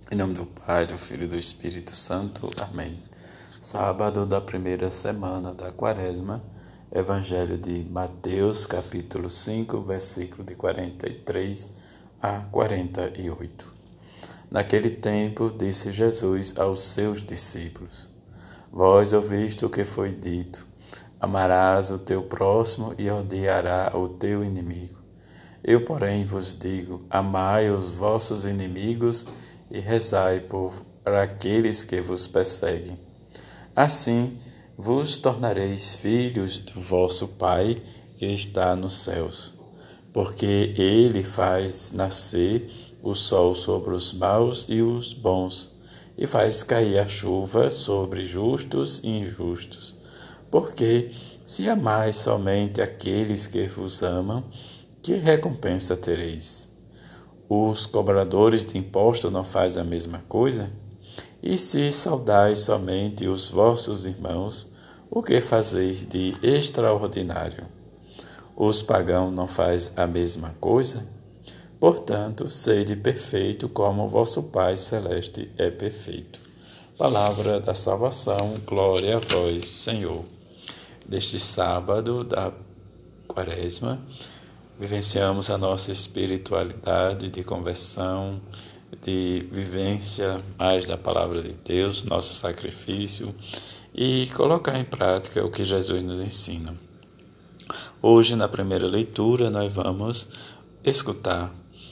Em nome do Pai, do Filho e do Espírito Santo. Amém. Sábado da primeira semana da Quaresma, Evangelho de Mateus, capítulo 5, versículo de 43 a 48. Naquele tempo, disse Jesus aos seus discípulos: Vós ouvistes o que foi dito: amarás o teu próximo e odiarás o teu inimigo. Eu, porém, vos digo: amai os vossos inimigos e rezai para aqueles que vos perseguem. Assim vos tornareis filhos do vosso Pai que está nos céus, porque ele faz nascer o sol sobre os maus e os bons, e faz cair a chuva sobre justos e injustos. Porque se amais somente aqueles que vos amam, que recompensa tereis? Os cobradores de impostos não fazem a mesma coisa? E se saudais somente os vossos irmãos, o que fazeis de extraordinário? Os pagãos não fazem a mesma coisa? Portanto, sede perfeito como o vosso Pai Celeste é perfeito. Palavra da salvação, glória a vós, Senhor. Neste sábado da Quaresma, vivenciamos a nossa espiritualidade de conversão, de vivência mais da palavra de Deus, nosso sacrifício, e colocar em prática o que Jesus nos ensina. Hoje, na primeira leitura, nós vamos escutar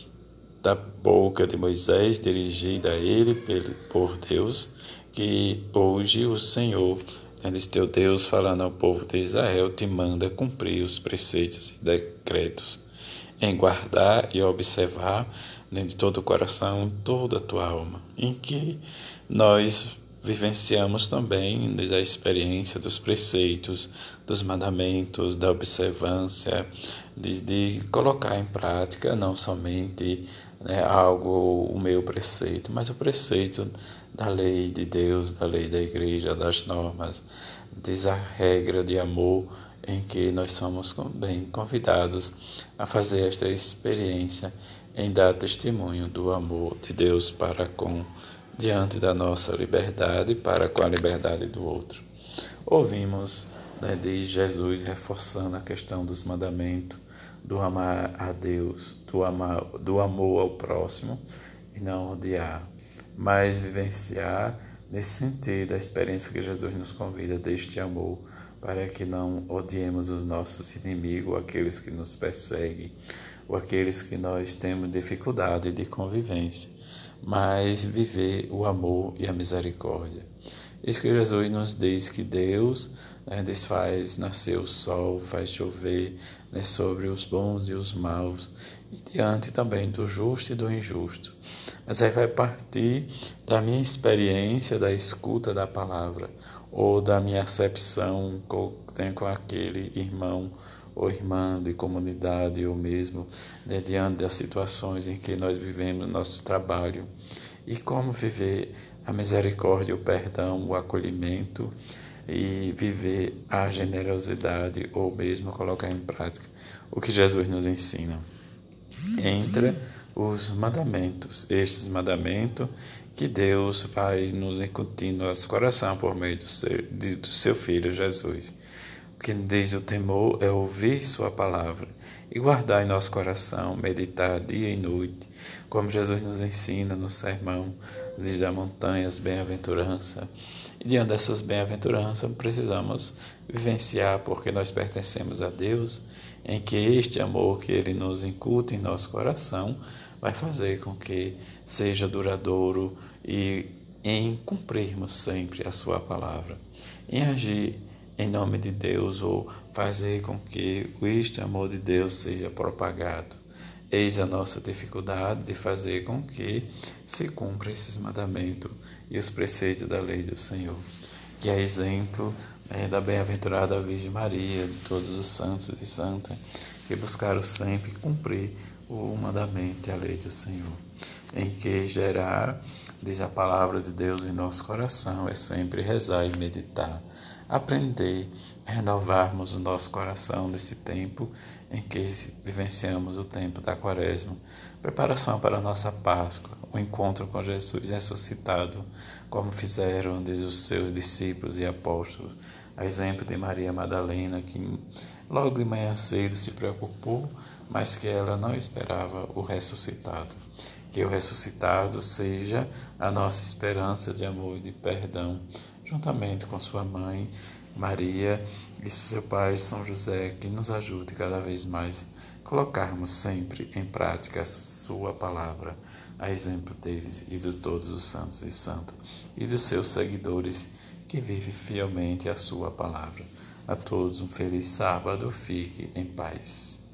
da boca de Moisés, dirigida a ele por Deus, que hoje o Senhor, esse teu Deus, falando ao povo de Israel, te manda cumprir os preceitos e decretos, em guardar e observar dentro de todo o coração, toda a tua alma, em que nós vivenciamos também a experiência dos preceitos, dos mandamentos, da observância, de colocar em prática não somente o meu preceito, mas o preceito da lei de Deus, da lei da igreja, das normas, diz a regra de amor em que nós somos bem convidados a fazer esta experiência em dar testemunho do amor de Deus para com, diante da nossa liberdade, para com a liberdade do outro. Ouvimos de Jesus reforçando a questão dos mandamentos, do amar a Deus, do amor ao próximo e não odiar, mas vivenciar nesse sentido a experiência que Jesus nos convida deste amor, para que não odiemos os nossos inimigos, aqueles que nos perseguem, ou aqueles que nós temos dificuldade de convivência, mas viver o amor e a misericórdia. Isso que Jesus nos diz que Deus faz nascer o sol, faz chover sobre os bons e os maus, e diante também do justo e do injusto. Mas aí vai partir da minha experiência, da escuta da palavra, ou da minha acepção que eu tenho com aquele irmão ou irmã de comunidade, ou mesmo diante das situações em que nós vivemos nosso trabalho, e como viver a misericórdia, o perdão, o acolhimento, e viver a generosidade, ou mesmo colocar em prática o que Jesus nos ensina. Entre os mandamentos, estes mandamentos que Deus vai nos incutindo no nosso coração por meio do seu Filho Jesus. O que diz o temor é ouvir sua palavra e guardar em nosso coração, meditar dia e noite, como Jesus nos ensina no sermão desde a montanha, as bem-aventuranças. E diante dessas bem-aventuranças precisamos vivenciar, porque nós pertencemos a Deus, em que este amor que Ele nos incuta em nosso coração vai fazer com que seja duradouro e em cumprirmos sempre a sua palavra, em agir em nome de Deus, ou fazer com que este amor de Deus seja propagado. Eis a nossa dificuldade de fazer com que se cumpra esses mandamentos e os preceitos da lei do Senhor, que é exemplo da bem-aventurada Virgem Maria, de todos os santos e santas, que buscaram sempre cumprir o mandamento e a lei do Senhor, em que gerar, diz a palavra de Deus em nosso coração, é sempre rezar e meditar, aprender, renovarmos o nosso coração nesse tempo em que vivenciamos o tempo da Quaresma, preparação para a nossa Páscoa, o encontro com Jesus ressuscitado, como fizeram os seus discípulos e apóstolos, a exemplo de Maria Madalena, que logo de manhã cedo se preocupou, mas que ela não esperava o ressuscitado. Que o ressuscitado seja a nossa esperança de amor e de perdão, juntamente com sua mãe, Maria, e seu pai, São José, que nos ajude cada vez mais a colocarmos sempre em prática a sua palavra, a exemplo deles e de todos os santos e santas, e dos seus seguidores que vivem fielmente a sua palavra. A todos um feliz sábado, fique em paz.